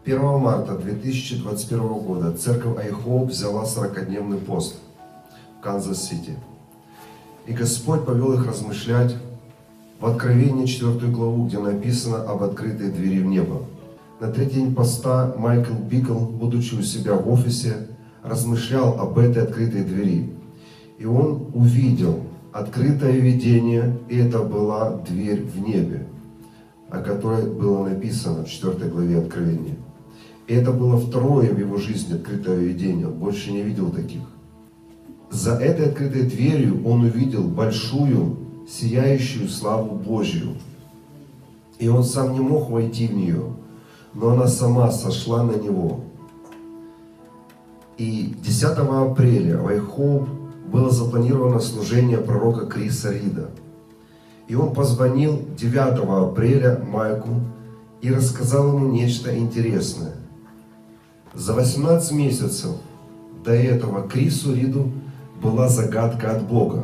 1 марта 2021 года церковь iHope взяла 40-дневный пост в Канзас-Сити. И Господь повел их размышлять в Откровении 4 главу, где написано об открытой двери в небо. На третий день поста Майкл Бикл, будучи у себя в офисе, размышлял об этой открытой двери. И он увидел открытое видение, и это была дверь в небе, о которой было написано в 4 главе Откровения. И это было второе в его жизни открытое видение, он больше не видел таких. За этой открытой дверью он увидел большую, сияющую славу Божью. И он сам не мог войти в нее, но она сама сошла на него. И 10 апреля в iHope было запланировано служение пророка Криса Рида. И он позвонил 9 апреля Майку и рассказал ему нечто интересное. За 18 месяцев до этого Крису Риду была загадка от Бога.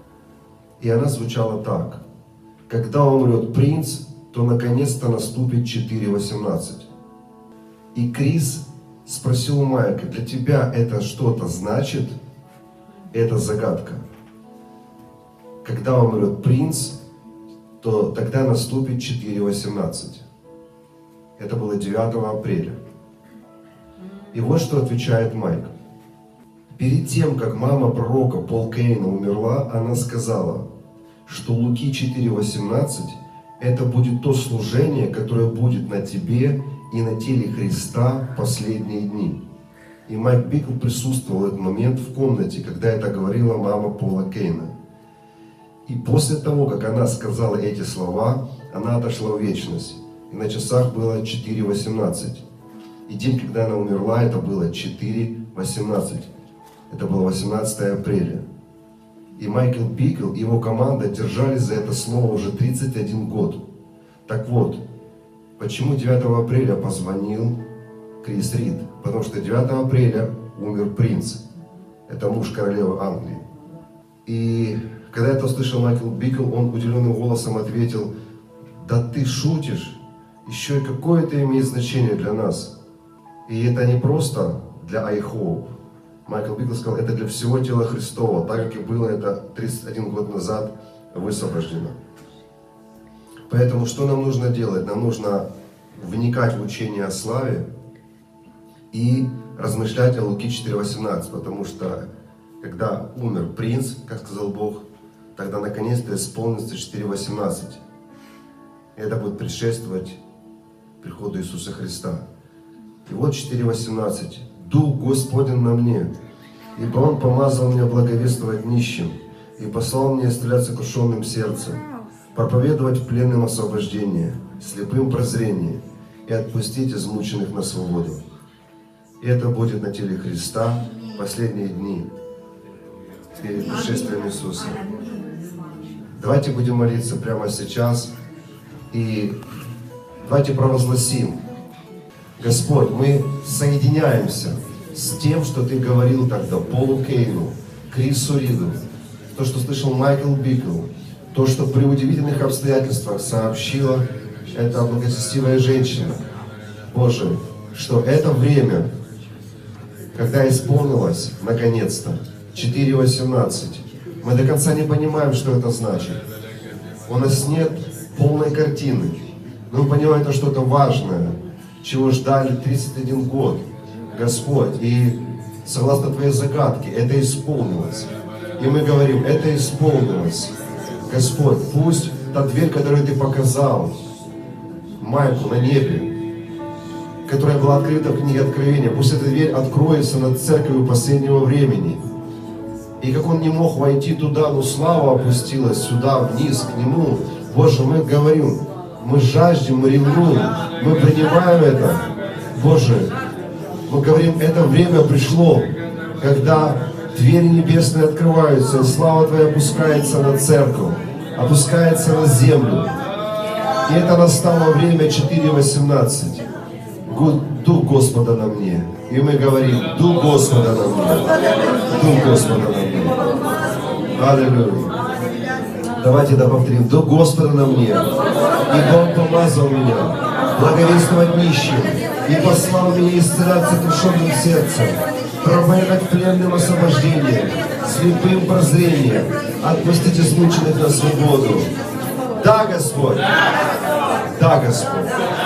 И она звучала так. Когда умрет принц, то наконец-то наступит 4:18. И Крис спросил у Майка: для тебя это что-то значит? Это загадка. Когда умрет принц, то тогда наступит 4:18. Это было 9 апреля. И вот что отвечает Майк. Перед тем, как мама пророка Пол Кейна умерла, она сказала, что Луки 4:18 это будет то служение, которое будет на тебе и на теле Христа в последние дни. И Майк Бикл присутствовал в этот момент в комнате, когда это говорила мама Пола Кейна. И после того, как она сказала эти слова, она отошла в вечность. И на часах было 4:18. И день, когда она умерла, это было 4:18. Это было 18 апреля. И Майкл Бикл и его команда держались за это слово уже 31 год. Так вот, почему 9 апреля позвонил Крис Рид? Потому что 9 апреля умер принц. Это муж королевы Англии. И когда это услышал Майкл Бикл, он удивленным голосом ответил: да ты шутишь, еще и какое это имеет значение для нас. И это не просто для iHope. Майкл Бикл сказал, это для всего тела Христова, так как и было это 31 год назад высвобождено. Поэтому что нам нужно делать? Нам нужно вникать в учение о славе и размышлять о Луки 4:18, потому что когда умер принц, как сказал Бог, тогда наконец-то исполнится 4:18. И это будет предшествовать приходу Иисуса Христа. И вот 4:18. Дух Господень на мне, ибо Он помазал меня благовествовать нищим и послал мне исцелять сокрушенным сердцем, проповедовать пленным освобождение, слепым прозрение и отпустить измученных на свободу. И это будет на теле Христа в последние дни перед пришествием Иисуса. Давайте будем молиться прямо сейчас и давайте провозгласим: Господь, мы соединяемся с тем, что Ты говорил тогда Полу Кейну, Крису Риду, то, что слышал Майкл Бикл, то, что при удивительных обстоятельствах сообщила эта благочестивая женщина. Боже, что это время, когда исполнилось, наконец-то, 4:18, мы до конца не понимаем, что это значит. У нас нет полной картины, но мы понимаем, это что-то важное, чего ждали 31 год, Господь. И согласно Твоей загадке, это исполнилось. И мы говорим, это исполнилось. Господь, пусть та дверь, которую Ты показал Майку на небе, которая была открыта в книге Откровения, пусть эта дверь откроется над церковью последнего времени. И как он не мог войти туда, но слава опустилась сюда, вниз, к Нему. Боже, мы говорим, мы жаждем, мы ревнуем, мы принимаем это. Боже, мы говорим, это время пришло, когда двери небесные открываются, и слава Твоя опускается на церковь, опускается на землю. И это настало время 4:18. Дух Господа на мне. И мы говорим, Дух Господа на мне. Дух Господа на мне. Аллилуйя. Давайте повторим. Дух Господа на мне. Ибо Он помазал меня благовествовать нищим и послал меня исцелять сокрушенным сердцем, проповедовать пленным освобождение, слепым прозрение, отпустить измученных на свободу. Да, Господь! Да, Господь!